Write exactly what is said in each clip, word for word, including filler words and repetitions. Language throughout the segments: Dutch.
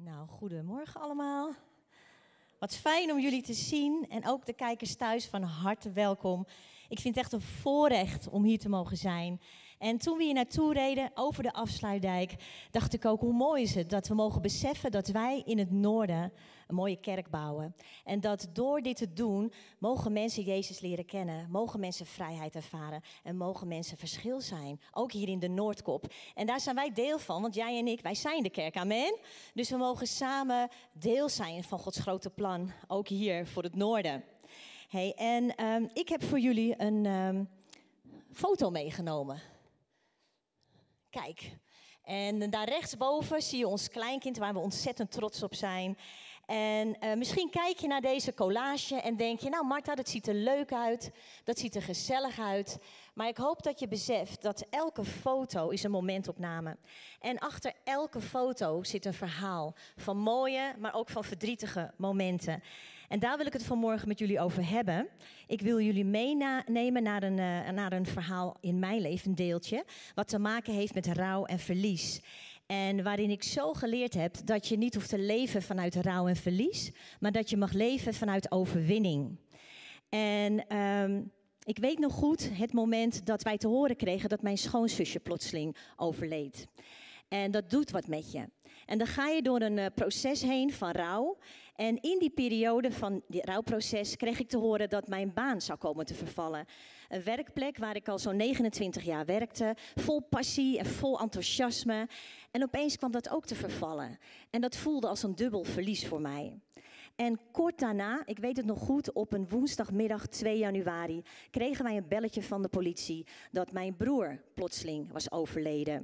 Nou, goedemorgen allemaal. Wat fijn om jullie te zien en ook de kijkers thuis van harte welkom. Ik vind het echt een voorrecht om hier te mogen zijn. En toen we hier naartoe reden over de Afsluitdijk, dacht ik ook hoe mooi is het dat we mogen beseffen dat wij in het noorden een mooie kerk bouwen. En dat door dit te doen, mogen mensen Jezus leren kennen, mogen mensen vrijheid ervaren en mogen mensen verschil zijn. Ook hier in de Noordkop. En daar zijn wij deel van, want jij en ik, wij zijn de kerk, amen. Dus we mogen samen deel zijn van Gods grote plan, ook hier voor het noorden. Hey, en um, ik heb voor jullie een um, foto meegenomen. Kijk, en daar rechtsboven zie je ons kleinkind waar we ontzettend trots op zijn. En uh, misschien kijk je naar deze collage en denk je, nou Marta, dat ziet er leuk uit, dat ziet er gezellig uit. Maar ik hoop dat je beseft dat elke foto is een momentopname. En achter elke foto zit een verhaal van mooie, maar ook van verdrietige momenten. En daar wil ik het vanmorgen met jullie over hebben. Ik wil jullie meenemen naar een, uh, naar een verhaal in mijn leven, een deeltje, wat te maken heeft met rouw en verlies. En waarin ik zo geleerd heb dat je niet hoeft te leven vanuit rouw en verlies, maar dat je mag leven vanuit overwinning. En um, ik weet nog goed het moment dat wij te horen kregen dat mijn schoonzusje plotseling overleed. En dat doet wat met je. En dan ga je door een uh, proces heen van rouw. En in die periode van die rouwproces kreeg ik te horen dat mijn baan zou komen te vervallen. Een werkplek waar ik al zo'n negenentwintig jaar werkte, vol passie en vol enthousiasme. En opeens kwam dat ook te vervallen. En dat voelde als een dubbel verlies voor mij. En kort daarna, ik weet het nog goed, op een woensdagmiddag twee januari... kregen wij een belletje van de politie dat mijn broer plotseling was overleden.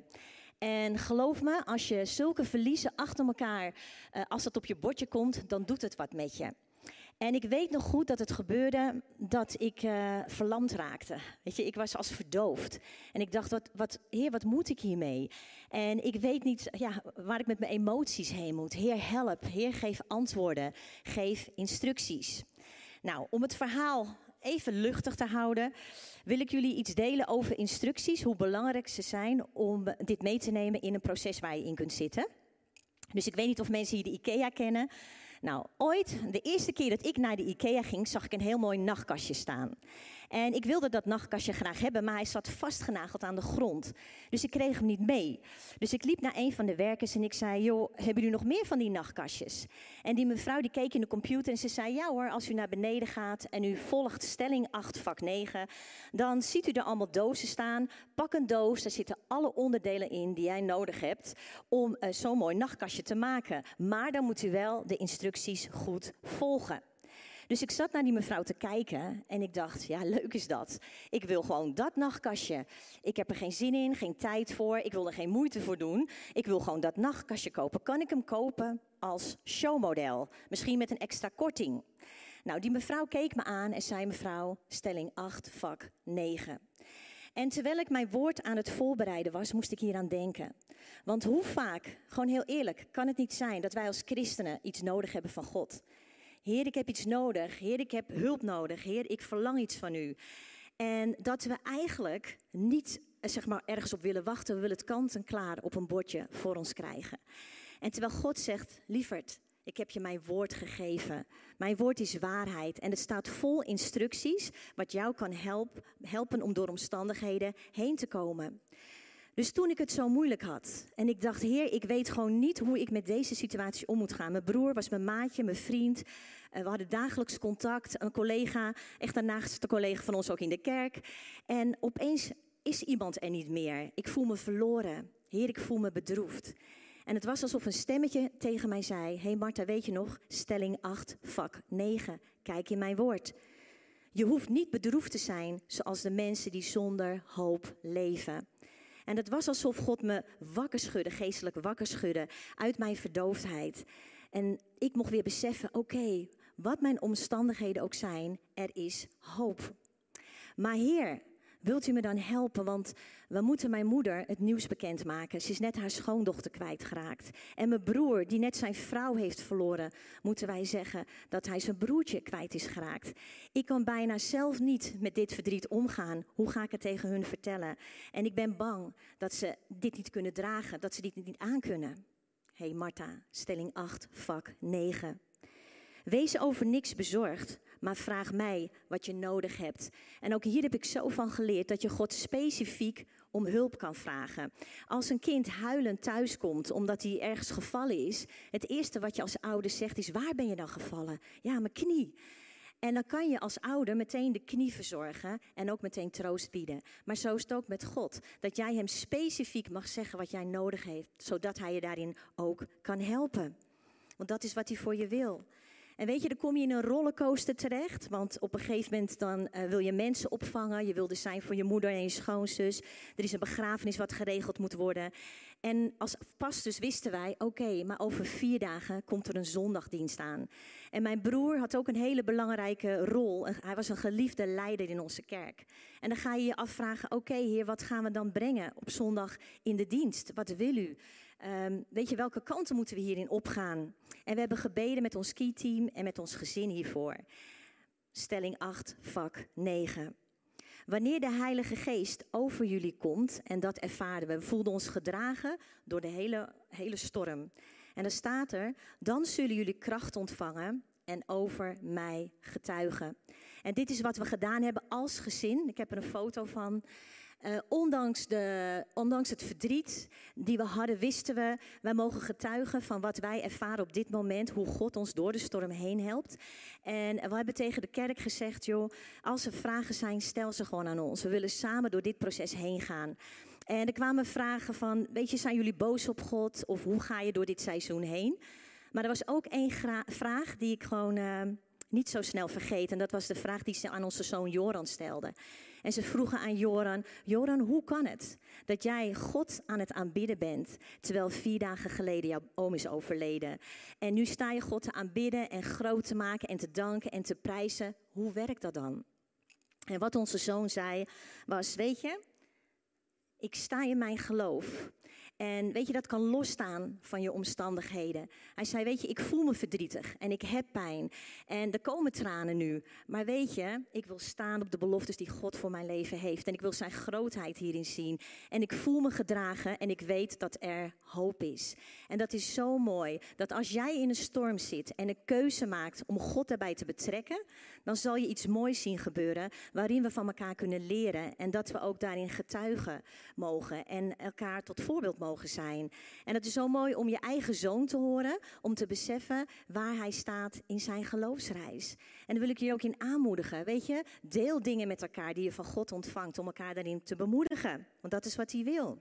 En geloof me, als je zulke verliezen achter elkaar, uh, als dat op je bordje komt, dan doet het wat met je. En ik weet nog goed dat het gebeurde dat ik uh, verlamd raakte. Weet je, ik was als verdoofd. En ik dacht, wat, wat, Heer, wat moet ik hiermee? En ik weet niet ja, waar ik met mijn emoties heen moet. Heer, help. Heer, geef antwoorden. Geef instructies. Nou, om het verhaal even luchtig te houden, wil ik jullie iets delen over instructies, hoe belangrijk ze zijn om dit mee te nemen in een proces waar je in kunt zitten. Dus ik weet niet of mensen hier de IKEA kennen. Nou, ooit, de eerste keer dat ik naar de IKEA ging, zag ik een heel mooi nachtkastje staan. En ik wilde dat nachtkastje graag hebben, maar hij zat vastgenageld aan de grond. Dus ik kreeg hem niet mee. Dus ik liep naar een van de werkers en ik zei, joh, hebben jullie nog meer van die nachtkastjes? En die mevrouw die keek in de computer en ze zei, ja hoor, als u naar beneden gaat en u volgt stelling acht vak negen, dan ziet u er allemaal dozen staan. Pak een doos, daar zitten alle onderdelen in die jij nodig hebt om uh, zo'n mooi nachtkastje te maken. Maar dan moet u wel de instructies goed volgen. Dus ik zat naar die mevrouw te kijken en ik dacht, ja, leuk is dat. Ik wil gewoon dat nachtkastje. Ik heb er geen zin in, geen tijd voor. Ik wil er geen moeite voor doen. Ik wil gewoon dat nachtkastje kopen. Kan ik hem kopen als showmodel? Misschien met een extra korting. Nou, die mevrouw keek me aan en zei, mevrouw, stelling acht, vak negen. En terwijl ik mijn woord aan het voorbereiden was, moest ik hier aan denken. Want hoe vaak, gewoon heel eerlijk, kan het niet zijn dat wij als christenen iets nodig hebben van God? Heer, ik heb iets nodig. Heer, ik heb hulp nodig. Heer, ik verlang iets van u. En dat we eigenlijk niet zeg maar, ergens op willen wachten. We willen het kant en klaar op een bordje voor ons krijgen. En terwijl God zegt, lieverd, ik heb je mijn woord gegeven. Mijn woord is waarheid. En het staat vol instructies wat jou kan help, helpen om door omstandigheden heen te komen. Dus toen ik het zo moeilijk had en ik dacht, Heer, ik weet gewoon niet hoe ik met deze situatie om moet gaan. Mijn broer was mijn maatje, mijn vriend. We hadden dagelijks contact, een collega, echt een naaste collega van ons ook in de kerk. En opeens is iemand er niet meer. Ik voel me verloren. Heer, ik voel me bedroefd. En het was alsof een stemmetje tegen mij zei, hé hey Marta, weet je nog, stelling acht, vak negen, kijk in mijn woord. Je hoeft niet bedroefd te zijn zoals de mensen die zonder hoop leven. En het was alsof God me wakker schudde, geestelijk wakker schudde, uit mijn verdoofdheid. En ik mocht weer beseffen, oké, okay, wat mijn omstandigheden ook zijn, er is hoop. Maar Heer, wilt u me dan helpen? Want we moeten mijn moeder het nieuws bekendmaken. Ze is net haar schoondochter kwijtgeraakt. En mijn broer, die net zijn vrouw heeft verloren, moeten wij zeggen dat hij zijn broertje kwijt is geraakt. Ik kan bijna zelf niet met dit verdriet omgaan. Hoe ga ik het tegen hun vertellen? En ik ben bang dat ze dit niet kunnen dragen, dat ze dit niet aankunnen. hey Martha, stelling acht, vak negen. Wees over niks bezorgd, maar vraag mij wat je nodig hebt. En ook hier heb ik zo van geleerd dat je God specifiek om hulp kan vragen. Als een kind huilend thuiskomt omdat hij ergens gevallen is, het eerste wat je als ouder zegt is, waar ben je dan gevallen? Ja, mijn knie. En dan kan je als ouder meteen de knie verzorgen en ook meteen troost bieden. Maar zo is het ook met God. Dat jij hem specifiek mag zeggen wat jij nodig heeft, zodat hij je daarin ook kan helpen. Want dat is wat hij voor je wil. En weet je, dan kom je in een rollercoaster terecht. Want op een gegeven moment dan uh, wil je mensen opvangen. Je wil er zijn voor je moeder en je schoonzus. Er is een begrafenis wat geregeld moet worden. En als pastors wisten wij, oké, okay, maar over vier dagen komt er een zondagdienst aan. En mijn broer had ook een hele belangrijke rol. Hij was een geliefde leider in onze kerk. En dan ga je je afvragen, oké okay, heer, wat gaan we dan brengen op zondag in de dienst? Wat wil u? Um, weet je, welke kanten moeten we hierin opgaan? En we hebben gebeden met ons key-team en met ons gezin hiervoor. Stelling acht, vak negen. Wanneer de Heilige Geest over jullie komt, en dat ervaren we, we voelden ons gedragen door de hele, hele storm. En dan staat er, dan zullen jullie kracht ontvangen en over mij getuigen. En dit is wat we gedaan hebben als gezin. Ik heb er een foto van. Uh, ondanks, de, ondanks het verdriet die we hadden, wisten we, wij mogen getuigen van wat wij ervaren op dit moment, hoe God ons door de storm heen helpt. En we hebben tegen de kerk gezegd, joh, als er vragen zijn, stel ze gewoon aan ons. We willen samen door dit proces heen gaan. En er kwamen vragen van, weet je, zijn jullie boos op God? Of hoe ga je door dit seizoen heen? Maar er was ook één gra- vraag die ik gewoon uh, niet zo snel vergeet. En dat was de vraag die ze aan onze zoon Joran stelde. En ze vroegen aan Joran, Joran, hoe kan het dat jij God aan het aanbidden bent, terwijl vier dagen geleden jouw oom is overleden? En nu sta je God te aanbidden en groot te maken en te danken en te prijzen. Hoe werkt dat dan? En wat onze zoon zei was, weet je, ik sta in mijn geloof. En weet je, dat kan losstaan van je omstandigheden. Hij zei, weet je, ik voel me verdrietig en ik heb pijn. En er komen tranen nu. Maar weet je, ik wil staan op de beloftes die God voor mijn leven heeft. En ik wil zijn grootheid hierin zien. En ik voel me gedragen en ik weet dat er hoop is. En dat is zo mooi, dat als jij in een storm zit en een keuze maakt om God daarbij te betrekken, dan zal je iets moois zien gebeuren waarin we van elkaar kunnen leren. En dat we ook daarin getuigen mogen en elkaar tot voorbeeld mogen zijn. En het is zo mooi om je eigen zoon te horen, om te beseffen waar hij staat in zijn geloofsreis. En daar wil ik je ook in aanmoedigen. Weet je, deel dingen met elkaar die je van God ontvangt, om elkaar daarin te bemoedigen. Want dat is wat hij wil.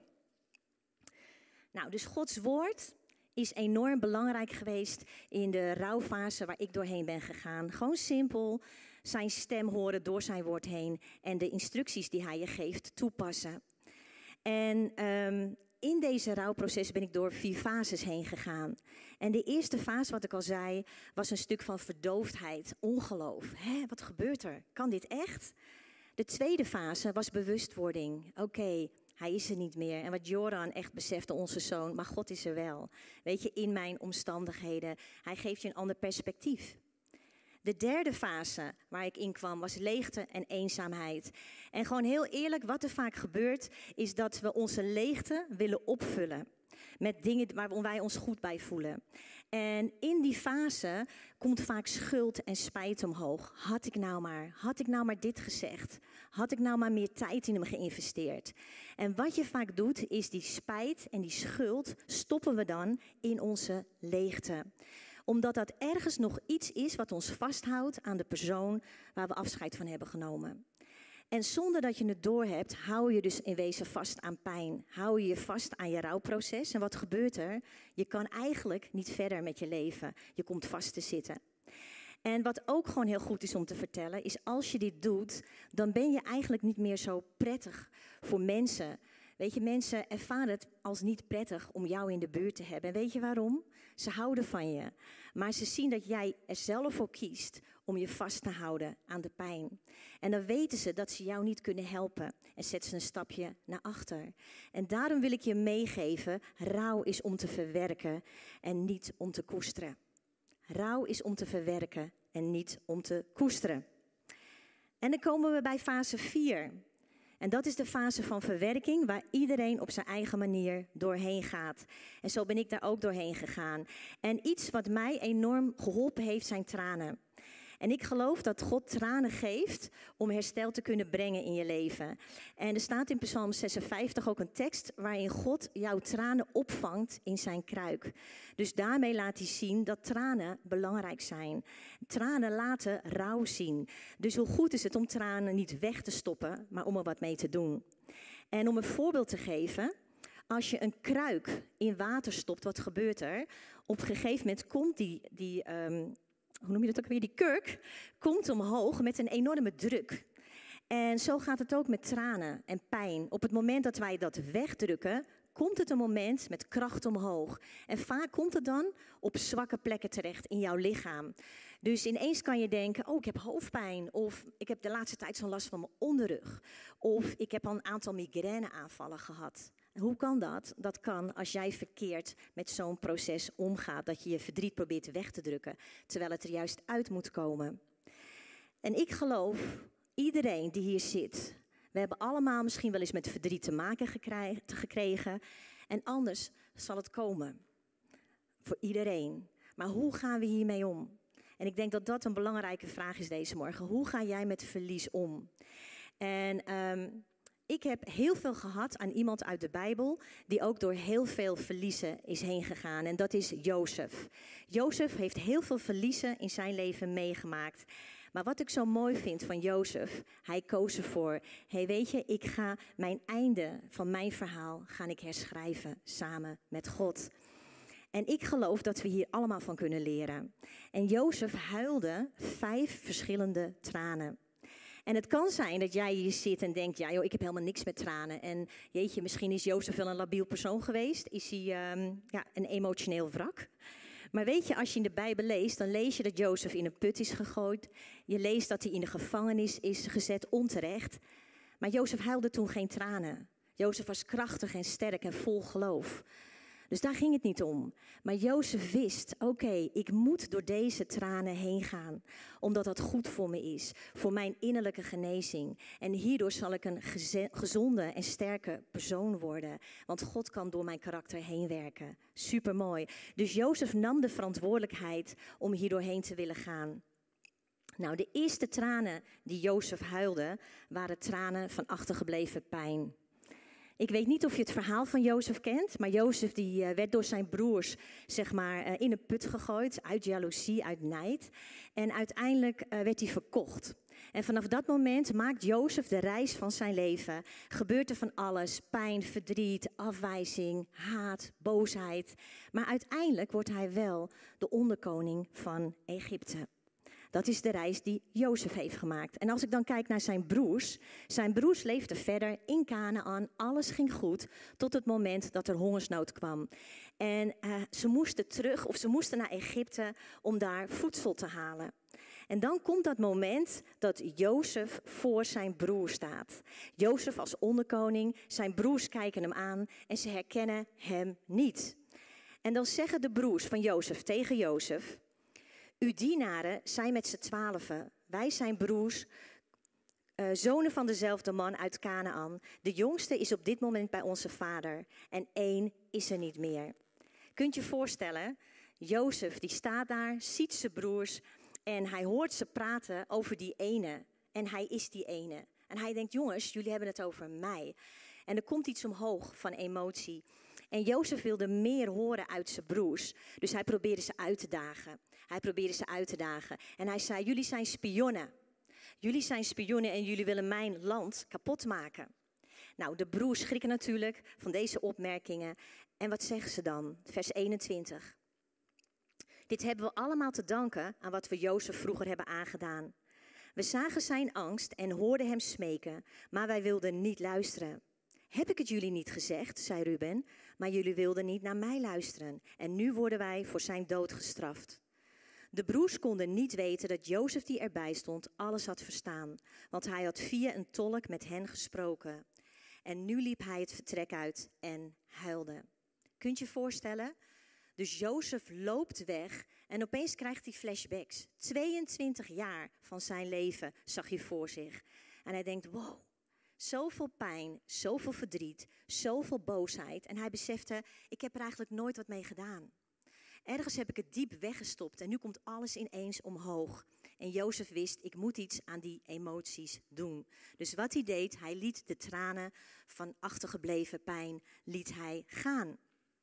Nou, dus Gods woord is enorm belangrijk geweest in de rouwfase waar ik doorheen ben gegaan. Gewoon simpel zijn stem horen door zijn woord heen en de instructies die hij je geeft toepassen. En um, in deze rouwproces ben ik door vier fases heen gegaan. En de eerste fase, wat ik al zei, was een stuk van verdoofdheid, ongeloof. Hè, wat gebeurt er? Kan dit echt? De tweede fase was bewustwording. Oké, okay, hij is er niet meer. En wat Joran echt besefte, onze zoon, maar God is er wel. Weet je, in mijn omstandigheden. Hij geeft je een ander perspectief. De derde fase waar ik in kwam was leegte en eenzaamheid. En gewoon heel eerlijk, wat er vaak gebeurt, is dat we onze leegte willen opvullen met dingen waar wij ons goed bij voelen. En in die fase komt vaak schuld en spijt omhoog. Had ik nou maar, had ik nou maar dit gezegd? Had ik nou maar meer tijd in hem geïnvesteerd? En wat je vaak doet, is die spijt en die schuld stoppen we dan in onze leegte. Omdat dat ergens nog iets is wat ons vasthoudt aan de persoon waar we afscheid van hebben genomen. En zonder dat je het doorhebt, hou je dus in wezen vast aan pijn. Hou je je vast aan je rouwproces. En wat gebeurt er? Je kan eigenlijk niet verder met je leven. Je komt vast te zitten. En wat ook gewoon heel goed is om te vertellen, is als je dit doet, dan ben je eigenlijk niet meer zo prettig voor mensen. Weet je, mensen ervaren het als niet prettig om jou in de buurt te hebben. En weet je waarom? Ze houden van je. Maar ze zien dat jij er zelf voor kiest om je vast te houden aan de pijn. En dan weten ze dat ze jou niet kunnen helpen. En zetten ze een stapje naar achter. En daarom wil ik je meegeven, rouw is om te verwerken en niet om te koesteren. Rouw is om te verwerken en niet om te koesteren. En dan komen we bij fase vier. En dat is de fase van verwerking waar iedereen op zijn eigen manier doorheen gaat. En zo ben ik daar ook doorheen gegaan. En iets wat mij enorm geholpen heeft zijn tranen. En ik geloof dat God tranen geeft om herstel te kunnen brengen in je leven. En er staat in Psalm zesenvijftig ook een tekst waarin God jouw tranen opvangt in zijn kruik. Dus daarmee laat hij zien dat tranen belangrijk zijn. Tranen laten rouw zien. Dus hoe goed is het om tranen niet weg te stoppen, maar om er wat mee te doen. En om een voorbeeld te geven, als je een kruik in water stopt, wat gebeurt er? Op een gegeven moment komt die... die um, hoe noem je dat ook weer, die kurk, komt omhoog met een enorme druk. En zo gaat het ook met tranen en pijn. Op het moment dat wij dat wegdrukken, komt het een moment met kracht omhoog. En vaak komt het dan op zwakke plekken terecht in jouw lichaam. Dus ineens kan je denken, oh, ik heb hoofdpijn. Of ik heb de laatste tijd zo'n last van mijn onderrug. Of ik heb al een aantal migraineaanvallen gehad. Hoe kan dat? Dat kan als jij verkeerd met zo'n proces omgaat. Dat je je verdriet probeert weg te drukken, terwijl het er juist uit moet komen. En ik geloof, iedereen die hier zit, we hebben allemaal misschien wel eens met verdriet te maken gekregen. En anders zal het komen. Voor iedereen. Maar hoe gaan we hiermee om? En ik denk dat dat een belangrijke vraag is deze morgen. Hoe ga jij met verlies om? En... Um, Ik heb heel veel gehad aan iemand uit de Bijbel die ook door heel veel verliezen is heen gegaan. En dat is Jozef. Jozef heeft heel veel verliezen in zijn leven meegemaakt. Maar wat ik zo mooi vind van Jozef, hij koos ervoor. Hey, weet je, ik ga mijn einde van mijn verhaal ga ik herschrijven samen met God. En ik geloof dat we hier allemaal van kunnen leren. En Jozef huilde vijf verschillende tranen. En het kan zijn dat jij hier zit en denkt, ja joh, ik heb helemaal niks met tranen. En jeetje, misschien is Jozef wel een labiel persoon geweest. Is hij um, ja, een emotioneel wrak? Maar weet je, als je in de Bijbel leest, dan lees je dat Jozef in een put is gegooid. Je leest dat hij in de gevangenis is gezet, onterecht. Maar Jozef huilde toen geen tranen. Jozef was krachtig en sterk en vol geloof. Dus daar ging het niet om. Maar Jozef wist, oké, okay, ik moet door deze tranen heen gaan. Omdat dat goed voor me is. Voor mijn innerlijke genezing. En hierdoor zal ik een geze- gezonde en sterke persoon worden. Want God kan door mijn karakter heen werken. Supermooi. Dus Jozef nam de verantwoordelijkheid om hier doorheen te willen gaan. Nou, de eerste tranen die Jozef huilde, waren tranen van achtergebleven pijn. Ik weet niet of je het verhaal van Jozef kent, maar Jozef die uh, werd door zijn broers zeg maar, uh, in een put gegooid, uit jaloezie, uit nijd. En uiteindelijk uh, werd hij verkocht. En vanaf dat moment maakt Jozef de reis van zijn leven. Gebeurt er van alles, pijn, verdriet, afwijzing, haat, boosheid. Maar uiteindelijk wordt hij wel de onderkoning van Egypte. Dat is de reis die Jozef heeft gemaakt. En als ik dan kijk naar zijn broers. Zijn broers leefden verder in Kanaan. Alles ging goed tot het moment dat er hongersnood kwam. En uh, ze moesten terug of ze moesten naar Egypte om daar voedsel te halen. En dan komt dat moment dat Jozef voor zijn broer staat. Jozef als onderkoning, zijn broers kijken hem aan en ze herkennen hem niet. En dan zeggen de broers van Jozef tegen Jozef: uw dienaren zijn met z'n twaalfen. Wij zijn broers, uh, zonen van dezelfde man uit Kanaan. De jongste is op dit moment bij onze vader. En één is er niet meer. Kunt je je voorstellen, Jozef die staat daar, ziet zijn broers. En hij hoort ze praten over die ene. En hij is die ene. En hij denkt, jongens, jullie hebben het over mij. En er komt iets omhoog van emotie. En Jozef wilde meer horen uit zijn broers. Dus hij probeerde ze uit te dagen. Hij probeerde ze uit te dagen. En hij zei, jullie zijn spionnen. Jullie zijn spionnen en jullie willen mijn land kapot maken. Nou, de broers schrikken natuurlijk van deze opmerkingen. En wat zeggen ze dan? Vers eenentwintig. Dit hebben we allemaal te danken aan wat we Jozef vroeger hebben aangedaan. We zagen zijn angst en hoorden hem smeken, maar wij wilden niet luisteren. Heb ik het jullie niet gezegd, zei Ruben, maar jullie wilden niet naar mij luisteren. En nu worden wij voor zijn dood gestraft. De broers konden niet weten dat Jozef die erbij stond alles had verstaan, want hij had via een tolk met hen gesproken. En nu liep hij het vertrek uit en huilde. Kunt je je voorstellen? Dus Jozef loopt weg en opeens krijgt hij flashbacks. tweeëntwintig jaar van zijn leven zag hij voor zich. En hij denkt, wow, Zoveel pijn, zoveel verdriet, zoveel boosheid. En hij besefte, ik heb er eigenlijk nooit wat mee gedaan. Ergens heb ik het diep weggestopt en nu komt alles ineens omhoog. En Jozef wist, ik moet iets aan die emoties doen. Dus wat hij deed, hij liet de tranen van achtergebleven pijn, liet hij gaan.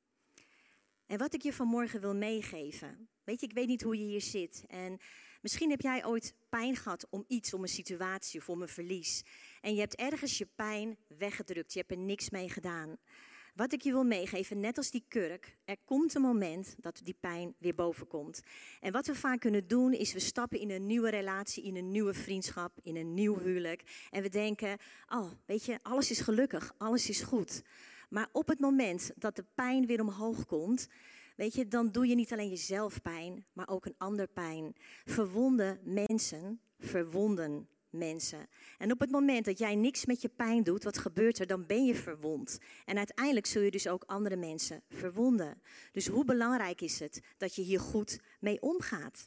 En wat ik je vanmorgen wil meegeven. Weet je, ik weet niet hoe je hier zit. En misschien heb jij ooit pijn gehad om iets, om een situatie of om een verlies. En je hebt ergens je pijn weggedrukt. Je hebt er niks mee gedaan. Wat ik je wil meegeven, net als die kurk, er komt een moment dat die pijn weer boven komt. En wat we vaak kunnen doen, is we stappen in een nieuwe relatie, in een nieuwe vriendschap, in een nieuw huwelijk. En we denken, oh, weet je, alles is gelukkig, alles is goed. Maar op het moment dat de pijn weer omhoog komt, weet je, dan doe je niet alleen jezelf pijn, maar ook een ander pijn. Verwonde mensen verwonden mensen. En op het moment dat jij niks met je pijn doet, wat gebeurt er? Dan ben je verwond. En uiteindelijk zul je dus ook andere mensen verwonden. Dus hoe belangrijk is het dat je hier goed mee omgaat?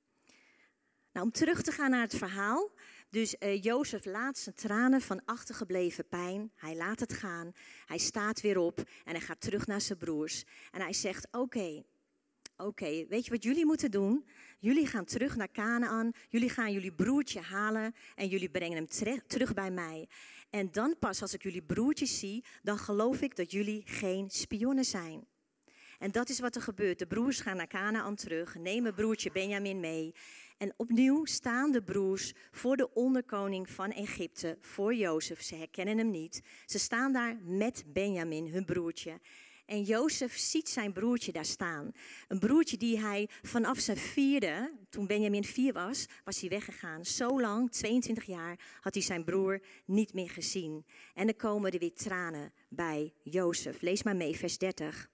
Nou, om terug te gaan naar het verhaal. Dus uh, Jozef laat zijn tranen van achtergebleven pijn. Hij laat het gaan. Hij staat weer op en hij gaat terug naar zijn broers. En hij zegt, oké, okay, oké, okay, weet je wat jullie moeten doen? Jullie gaan terug naar Kanaan. Jullie gaan jullie broertje halen en jullie brengen hem tre- terug bij mij. En dan pas als ik jullie broertje zie, dan geloof ik dat jullie geen spionnen zijn. En dat is wat er gebeurt. De broers gaan naar Kanaan terug, nemen broertje Benjamin mee. En opnieuw staan de broers voor de onderkoning van Egypte, voor Jozef. Ze herkennen hem niet. Ze staan daar met Benjamin, hun broertje. En Jozef ziet zijn broertje daar staan. Een broertje die hij vanaf zijn vierde, toen Benjamin vier was, was hij weggegaan. Zo lang, tweeëntwintig jaar, had hij zijn broer niet meer gezien. En er komen er weer tranen bij Jozef. Lees maar mee, vers dertig.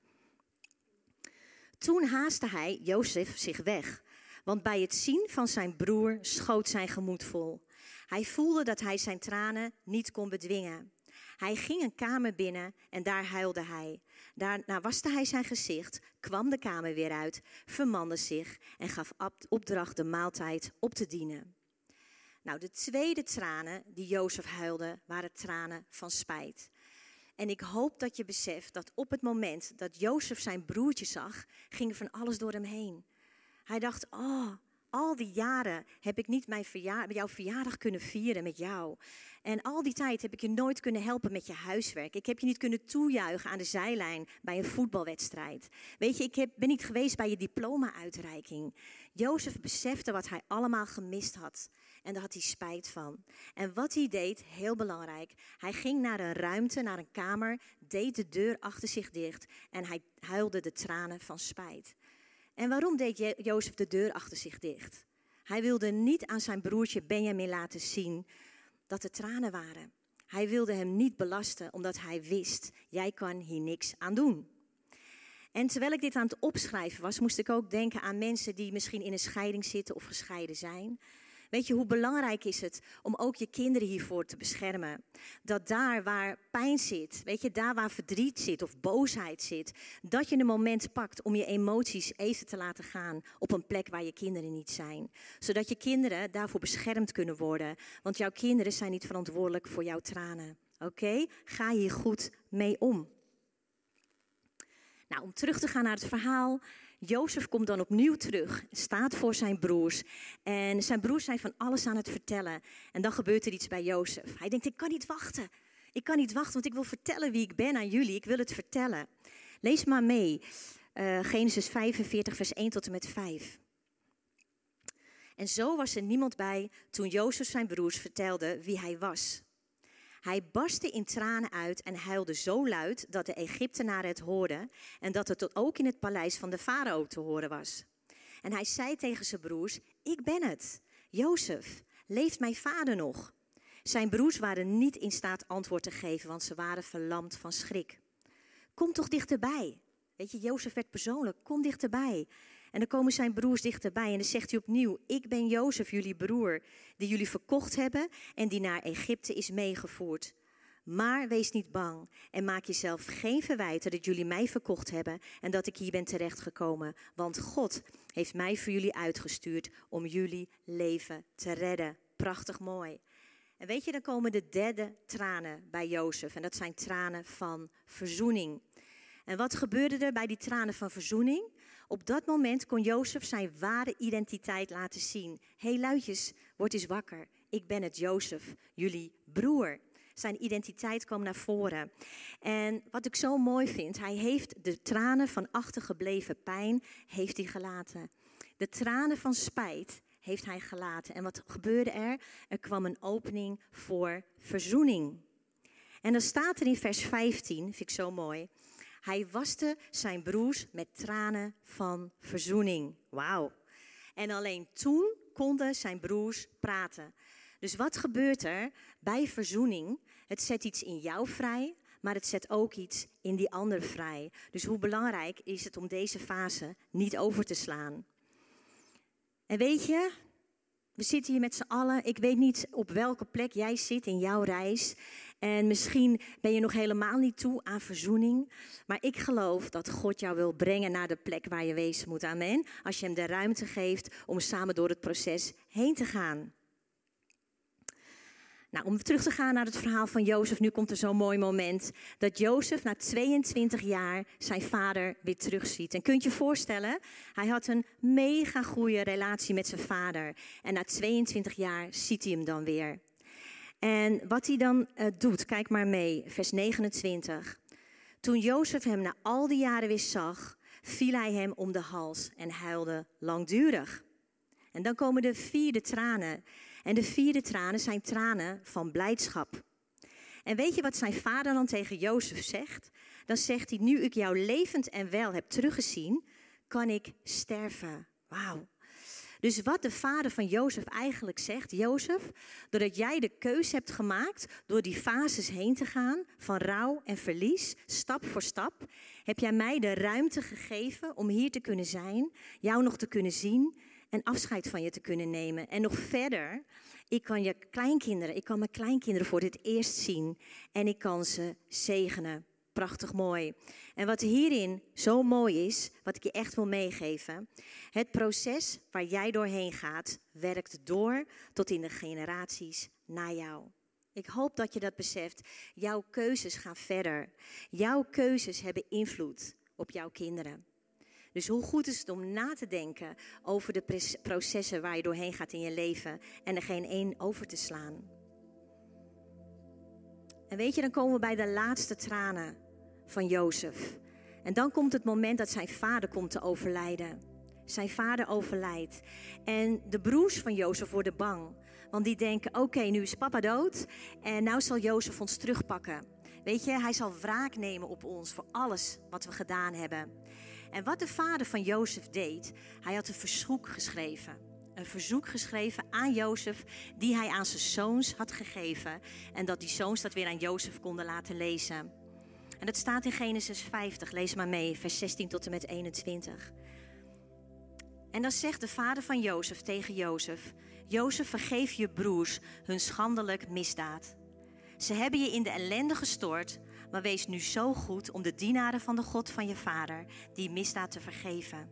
Toen haastte hij, Jozef, zich weg. Want bij het zien van zijn broer schoot zijn gemoed vol. Hij voelde dat hij zijn tranen niet kon bedwingen. Hij ging een kamer binnen en daar huilde hij. Daarna waste hij zijn gezicht, kwam de kamer weer uit, vermande zich en gaf opdracht de maaltijd op te dienen. Nou, de tweede tranen die Jozef huilde, waren tranen van spijt. En ik hoop dat je beseft dat op het moment dat Jozef zijn broertje zag, ging van alles door hem heen. Hij dacht, oh, al die jaren heb ik niet mijn verjaar, jouw verjaardag kunnen vieren met jou. En al die tijd heb ik je nooit kunnen helpen met je huiswerk. Ik heb je niet kunnen toejuichen aan de zijlijn bij een voetbalwedstrijd. Weet je, ik heb, ben niet geweest bij je diploma-uitreiking. Jozef besefte wat hij allemaal gemist had. En daar had hij spijt van. En wat hij deed, heel belangrijk. Hij ging naar een ruimte, naar een kamer, deed de deur achter zich dicht. En hij huilde de tranen van spijt. En waarom deed Je- Jozef de deur achter zich dicht? Hij wilde niet aan zijn broertje Benjamin laten zien dat er tranen waren. Hij wilde hem niet belasten, omdat hij wist, jij kan hier niks aan doen. En terwijl ik dit aan het opschrijven was, moest ik ook denken aan mensen die misschien in een scheiding zitten of gescheiden zijn. Weet je, hoe belangrijk is het om ook je kinderen hiervoor te beschermen? Dat daar waar pijn zit, weet je, daar waar verdriet zit of boosheid zit, dat je een moment pakt om je emoties even te laten gaan op een plek waar je kinderen niet zijn. Zodat je kinderen daarvoor beschermd kunnen worden, want jouw kinderen zijn niet verantwoordelijk voor jouw tranen. Oké? Okay? Ga hier goed mee om. Nou, om terug te gaan naar het verhaal. Jozef komt dan opnieuw terug, staat voor zijn broers. En zijn broers zijn van alles aan het vertellen. En dan gebeurt er iets bij Jozef. Hij denkt, ik kan niet wachten. Ik kan niet wachten, want ik wil vertellen wie ik ben aan jullie. Ik wil het vertellen. Lees maar mee. Uh, Genesis vijfenveertig, vers één tot en met vijf. En zo was er niemand bij toen Jozef zijn broers vertelde wie hij was. Hij barstte in tranen uit en huilde zo luid dat de Egyptenaren het hoorden en dat het tot ook in het paleis van de farao te horen was. En hij zei tegen zijn broers, ik ben het, Jozef, leeft mijn vader nog? Zijn broers waren niet in staat antwoord te geven, want ze waren verlamd van schrik. Kom toch dichterbij. Weet je, Jozef werd persoonlijk, kom dichterbij. En dan komen zijn broers dichterbij en dan zegt hij opnieuw, ik ben Jozef, jullie broer, die jullie verkocht hebben en die naar Egypte is meegevoerd. Maar wees niet bang en maak jezelf geen verwijten dat jullie mij verkocht hebben en dat ik hier ben terechtgekomen. Want God heeft mij voor jullie uitgestuurd om jullie leven te redden. Prachtig mooi. En weet je, dan komen de derde tranen bij Jozef. En dat zijn tranen van verzoening. En wat gebeurde er bij die tranen van verzoening? Op dat moment kon Jozef zijn ware identiteit laten zien. Hé hey, luidjes, word eens wakker. Ik ben het Jozef, jullie broer. Zijn identiteit kwam naar voren. En wat ik zo mooi vind, hij heeft de tranen van achtergebleven pijn, heeft hij gelaten. De tranen van spijt heeft hij gelaten. En wat gebeurde er? Er kwam een opening voor verzoening. En dan staat er in vers vijftien, vind ik zo mooi. Hij waste zijn broers met tranen van verzoening. Wauw. En alleen toen konden zijn broers praten. Dus wat gebeurt er bij verzoening? Het zet iets in jou vrij, maar het zet ook iets in die ander vrij. Dus hoe belangrijk is het om deze fase niet over te slaan? En weet je, we zitten hier met z'n allen. Ik weet niet op welke plek jij zit in jouw reis. En misschien ben je nog helemaal niet toe aan verzoening. Maar ik geloof dat God jou wil brengen naar de plek waar je wezen moet. Amen. Als je hem de ruimte geeft om samen door het proces heen te gaan. Nou, om terug te gaan naar het verhaal van Jozef, nu komt er zo'n mooi moment dat Jozef na tweeëntwintig jaar zijn vader weer terugziet. En kunt je je voorstellen, hij had een mega goede relatie met zijn vader. En na tweeëntwintig jaar ziet hij hem dan weer. En wat hij dan uh, doet, kijk maar mee, vers negenentwintig. Toen Jozef hem na al die jaren weer zag, viel hij hem om de hals en huilde langdurig. En dan komen de vierde tranen. En de vierde tranen zijn tranen van blijdschap. En weet je wat zijn vader dan tegen Jozef zegt? Dan zegt hij, nu ik jou levend en wel heb teruggezien, kan ik sterven. Wauw. Dus wat de vader van Jozef eigenlijk zegt, Jozef, doordat jij de keuze hebt gemaakt door die fases heen te gaan, van rouw en verlies, stap voor stap, heb jij mij de ruimte gegeven om hier te kunnen zijn, jou nog te kunnen zien en afscheid van je te kunnen nemen. En nog verder, ik kan je kleinkinderen, ik kan mijn kleinkinderen voor dit eerst zien en ik kan ze zegenen. Prachtig mooi. En wat hierin zo mooi is, wat ik je echt wil meegeven, het proces waar jij doorheen gaat, werkt door tot in de generaties na jou. Ik hoop dat je dat beseft. Jouw keuzes gaan verder. Jouw keuzes hebben invloed op jouw kinderen. Dus hoe goed is het om na te denken over de processen waar je doorheen gaat in je leven en er geen één over te slaan. En weet je, dan komen we bij de laatste tranen van Jozef. En dan komt het moment dat zijn vader komt te overlijden. Zijn vader overlijdt. En de broers van Jozef worden bang. Want die denken, oké, okay, nu is papa dood en nou zal Jozef ons terugpakken. Weet je, hij zal wraak nemen op ons voor alles wat we gedaan hebben. En wat de vader van Jozef deed, hij had een verzoek geschreven. Een verzoek geschreven aan Jozef die hij aan zijn zoons had gegeven. En dat die zoons dat weer aan Jozef konden laten lezen. En dat staat in Genesis vijftig, lees maar mee, vers zestien tot en met eenentwintig. En dan zegt de vader van Jozef tegen Jozef, Jozef, vergeef je broers hun schandelijk misdaad. Ze hebben je in de ellende gestort, maar wees nu zo goed om de dienaren van de God van je vader die misdaad te vergeven.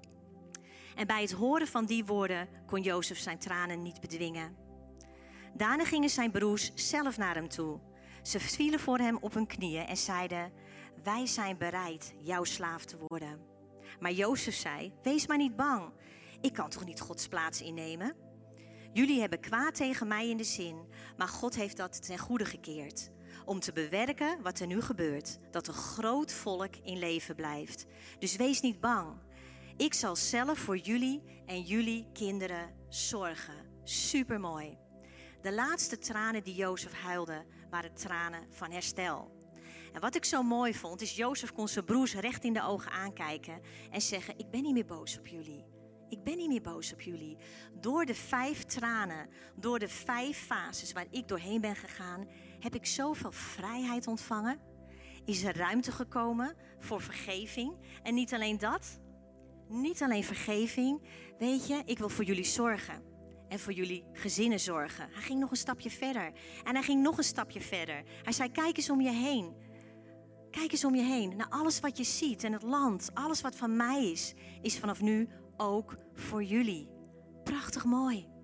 En bij het horen van die woorden kon Jozef zijn tranen niet bedwingen. Daarna gingen zijn broers zelf naar hem toe. Ze vielen voor hem op hun knieën en zeiden, wij zijn bereid jouw slaaf te worden. Maar Jozef zei, wees maar niet bang. Ik kan toch niet Gods plaats innemen? Jullie hebben kwaad tegen mij in de zin, maar God heeft dat ten goede gekeerd. Om te bewerken wat er nu gebeurt, dat een groot volk in leven blijft. Dus wees niet bang. Ik zal zelf voor jullie en jullie kinderen zorgen. Supermooi. De laatste tranen die Jozef huilde, waren tranen van herstel. En wat ik zo mooi vond, is Jozef kon zijn broers recht in de ogen aankijken en zeggen, ik ben niet meer boos op jullie. Ik ben niet meer boos op jullie. Door de vijf tranen, door de vijf fases waar ik doorheen ben gegaan, heb ik zoveel vrijheid ontvangen. Is er ruimte gekomen voor vergeving. En niet alleen dat, niet alleen vergeving. Weet je, ik wil voor jullie zorgen. En voor jullie gezinnen zorgen. Hij ging nog een stapje verder. En hij ging nog een stapje verder. Hij zei, kijk eens om je heen. Kijk eens om je heen. Naar alles wat je ziet en het land. Alles wat van mij is, is vanaf nu ook voor jullie. Prachtig mooi.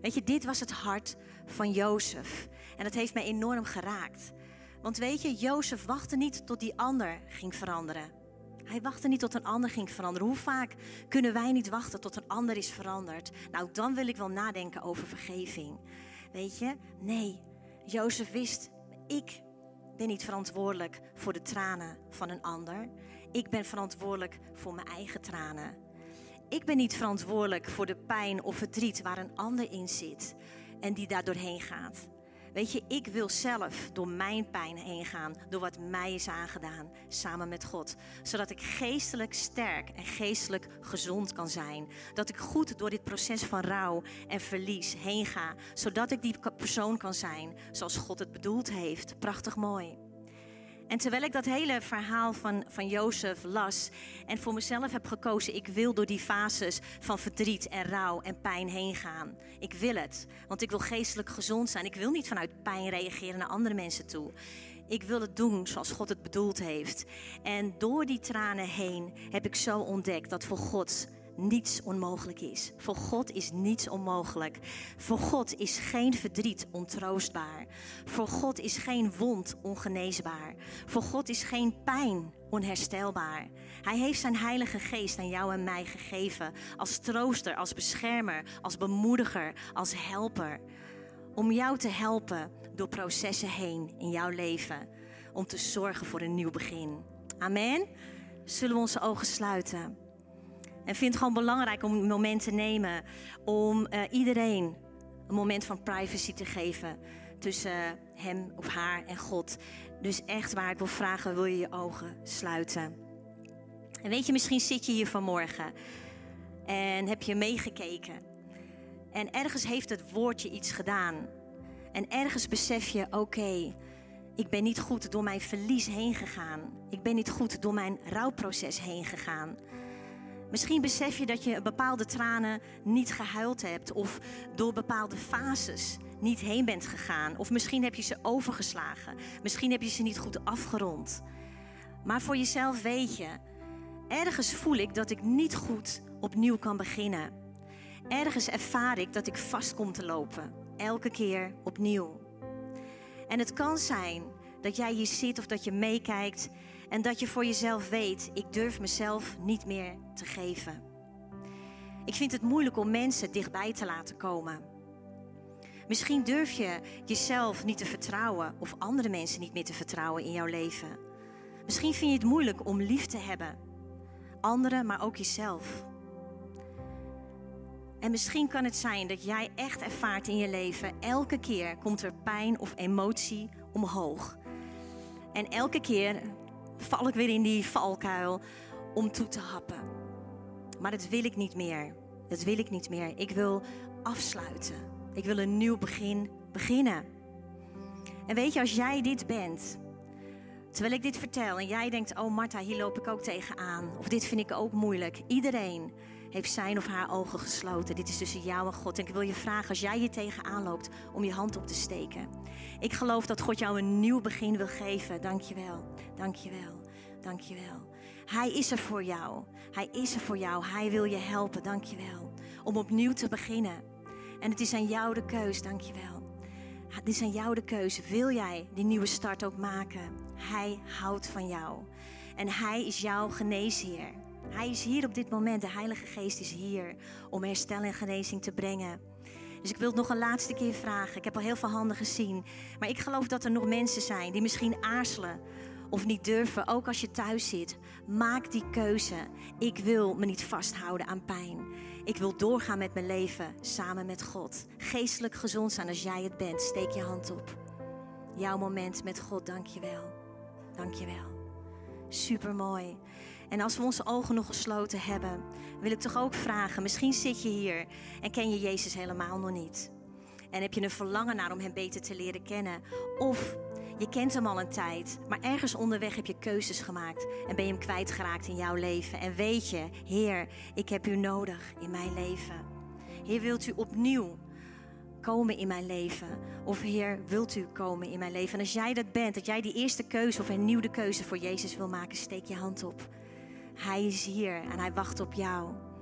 Weet je, dit was het hart van Jozef. En dat heeft mij enorm geraakt. Want weet je, Jozef wachtte niet tot die ander ging veranderen. Hij wachtte niet tot een ander ging veranderen. Hoe vaak kunnen wij niet wachten tot een ander is veranderd? Nou, dan wil ik wel nadenken over vergeving. Weet je, nee, Jozef wist, ik ben niet verantwoordelijk voor de tranen van een ander. Ik ben verantwoordelijk voor mijn eigen tranen. Ik ben niet verantwoordelijk voor de pijn of verdriet waar een ander in zit en die daar doorheen gaat. Weet je, ik wil zelf door mijn pijn heen gaan, door wat mij is aangedaan, samen met God. Zodat ik geestelijk sterk en geestelijk gezond kan zijn. Dat ik goed door dit proces van rouw en verlies heen ga. Zodat ik die persoon kan zijn zoals God het bedoeld heeft. Prachtig mooi. En terwijl ik dat hele verhaal van, van Jozef las en voor mezelf heb gekozen, ik wil door die fases van verdriet en rouw en pijn heen gaan. Ik wil het, want ik wil geestelijk gezond zijn. Ik wil niet vanuit pijn reageren naar andere mensen toe. Ik wil het doen zoals God het bedoeld heeft. En door die tranen heen heb ik zo ontdekt dat voor God niets onmogelijk is. Voor God is niets onmogelijk. Voor God is geen verdriet ontroostbaar. Voor God is geen wond ongeneesbaar. Voor God is geen pijn onherstelbaar. Hij heeft zijn Heilige Geest aan jou en mij gegeven. Als trooster, als beschermer, als bemoediger, als helper. Om jou te helpen door processen heen in jouw leven. Om te zorgen voor een nieuw begin. Amen. Zullen we onze ogen sluiten? En vind het gewoon belangrijk om een moment te nemen om uh, iedereen een moment van privacy te geven tussen uh, hem of haar en God. Dus echt waar ik wil vragen, wil je je ogen sluiten? En weet je, misschien zit je hier vanmorgen en heb je meegekeken. En ergens heeft het woordje iets gedaan. En ergens besef je, oké, okay, ik ben niet goed door mijn verlies heen gegaan. Ik ben niet goed door mijn rouwproces heen gegaan. Misschien besef je dat je bepaalde tranen niet gehuild hebt of door bepaalde fases niet heen bent gegaan. Of misschien heb je ze overgeslagen. Misschien heb je ze niet goed afgerond. Maar voor jezelf weet je, ergens voel ik dat ik niet goed opnieuw kan beginnen. Ergens ervaar ik dat ik vast kom te lopen. Elke keer opnieuw. En het kan zijn dat jij hier zit of dat je meekijkt en dat je voor jezelf weet, ik durf mezelf niet meer te geven. Ik vind het moeilijk om mensen dichtbij te laten komen. Misschien durf je jezelf niet te vertrouwen of andere mensen niet meer te vertrouwen in jouw leven. Misschien vind je het moeilijk om lief te hebben. Anderen, maar ook jezelf. En misschien kan het zijn dat jij echt ervaart in je leven, elke keer komt er pijn of emotie omhoog. En elke keer val ik weer in die valkuil om toe te happen. Maar dat wil ik niet meer. Dat wil ik niet meer. Ik wil afsluiten. Ik wil een nieuw begin beginnen. En weet je, als jij dit bent, terwijl ik dit vertel en jij denkt, oh Martha, hier loop ik ook tegenaan. Of dit vind ik ook moeilijk. Iedereen heeft zijn of haar ogen gesloten. Dit is tussen jou en God. En ik wil je vragen, als jij hier tegenaan loopt, om je hand op te steken. Ik geloof dat God jou een nieuw begin wil geven. Dank je wel. Dank je wel. Dank je wel. Hij is er voor jou. Hij is er voor jou. Hij wil je helpen. Dank je wel. Om opnieuw te beginnen. En het is aan jou de keus. Dank je wel. Het is aan jou de keuze. Wil jij die nieuwe start ook maken? Hij houdt van jou. En hij is jouw geneesheer. Hij is hier op dit moment. De Heilige Geest is hier om herstel en genezing te brengen. Dus ik wil het nog een laatste keer vragen. Ik heb al heel veel handen gezien. Maar ik geloof dat er nog mensen zijn die misschien aarzelen of niet durven. Ook als je thuis zit. Maak die keuze. Ik wil me niet vasthouden aan pijn. Ik wil doorgaan met mijn leven samen met God. Geestelijk gezond zijn als jij het bent. Steek je hand op. Jouw moment met God, dank je wel. Dank je wel. Supermooi. En als we onze ogen nog gesloten hebben, wil ik toch ook vragen, misschien zit je hier en ken je Jezus helemaal nog niet. En heb je een verlangen naar om hem beter te leren kennen. Of je kent hem al een tijd, maar ergens onderweg heb je keuzes gemaakt en ben je hem kwijtgeraakt in jouw leven. En weet je, Heer, ik heb u nodig in mijn leven. Heer, wilt u opnieuw komen in mijn leven? Of Heer, wilt u komen in mijn leven? En als jij dat bent, dat jij die eerste keuze of hernieuwde keuze voor Jezus wil maken, steek je hand op. Hij is hier en hij wacht op jou.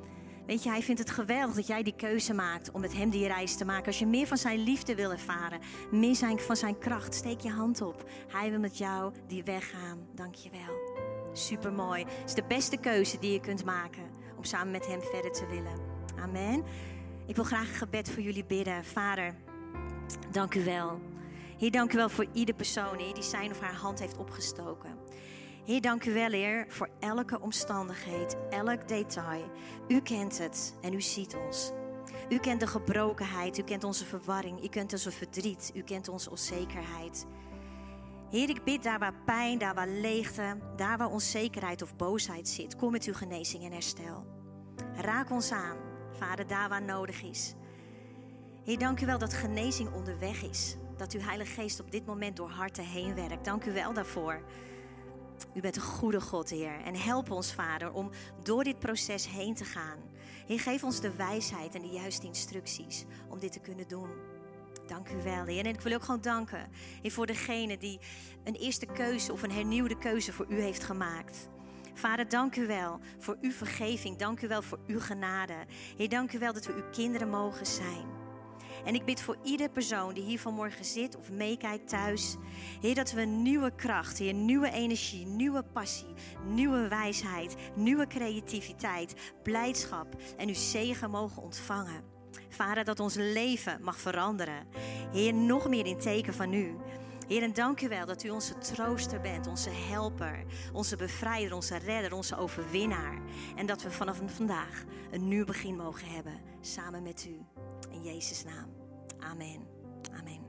Weet je, hij vindt het geweldig dat jij die keuze maakt om met hem die reis te maken. Als je meer van zijn liefde wil ervaren, meer zijn, van zijn kracht, steek je hand op. Hij wil met jou die weg gaan. Dank je wel. Supermooi. Het is de beste keuze die je kunt maken om samen met hem verder te willen. Amen. Ik wil graag een gebed voor jullie bidden. Vader, dank u wel. Heer, dank u wel voor ieder persoon, Heer, die zijn of haar hand heeft opgestoken. Heer, dank u wel, Heer, voor elke omstandigheid, elk detail. U kent het en u ziet ons. U kent de gebrokenheid, u kent onze verwarring, u kent onze verdriet, u kent onze onzekerheid. Heer, ik bid daar waar pijn, daar waar leegte, daar waar onzekerheid of boosheid zit. Kom met uw genezing en herstel. Raak ons aan, Vader, daar waar nodig is. Heer, dank u wel dat genezing onderweg is. Dat uw Heilige Geest op dit moment door harten heen werkt. Dank u wel daarvoor. U bent een goede God, Heer. En help ons, Vader, om door dit proces heen te gaan. Heer, geef ons de wijsheid en de juiste instructies om dit te kunnen doen. Dank u wel, Heer. En ik wil ook gewoon danken, Heer, voor degene die een eerste keuze of een hernieuwde keuze voor u heeft gemaakt. Vader, dank u wel voor uw vergeving. Dank u wel voor uw genade. Heer, dank u wel dat we uw kinderen mogen zijn. En ik bid voor iedere persoon die hier vanmorgen zit of meekijkt thuis. Heer, dat we nieuwe kracht, Heer, nieuwe energie, nieuwe passie, nieuwe wijsheid, nieuwe creativiteit, blijdschap en uw zegen mogen ontvangen. Vader, dat ons leven mag veranderen. Heer, nog meer in teken van u. Heer, en dank u wel dat u onze trooster bent, onze helper, onze bevrijder, onze redder, onze overwinnaar. En dat we vanaf vandaag een nieuw begin mogen hebben, samen met u. In Jezus' naam. Amen. Amen.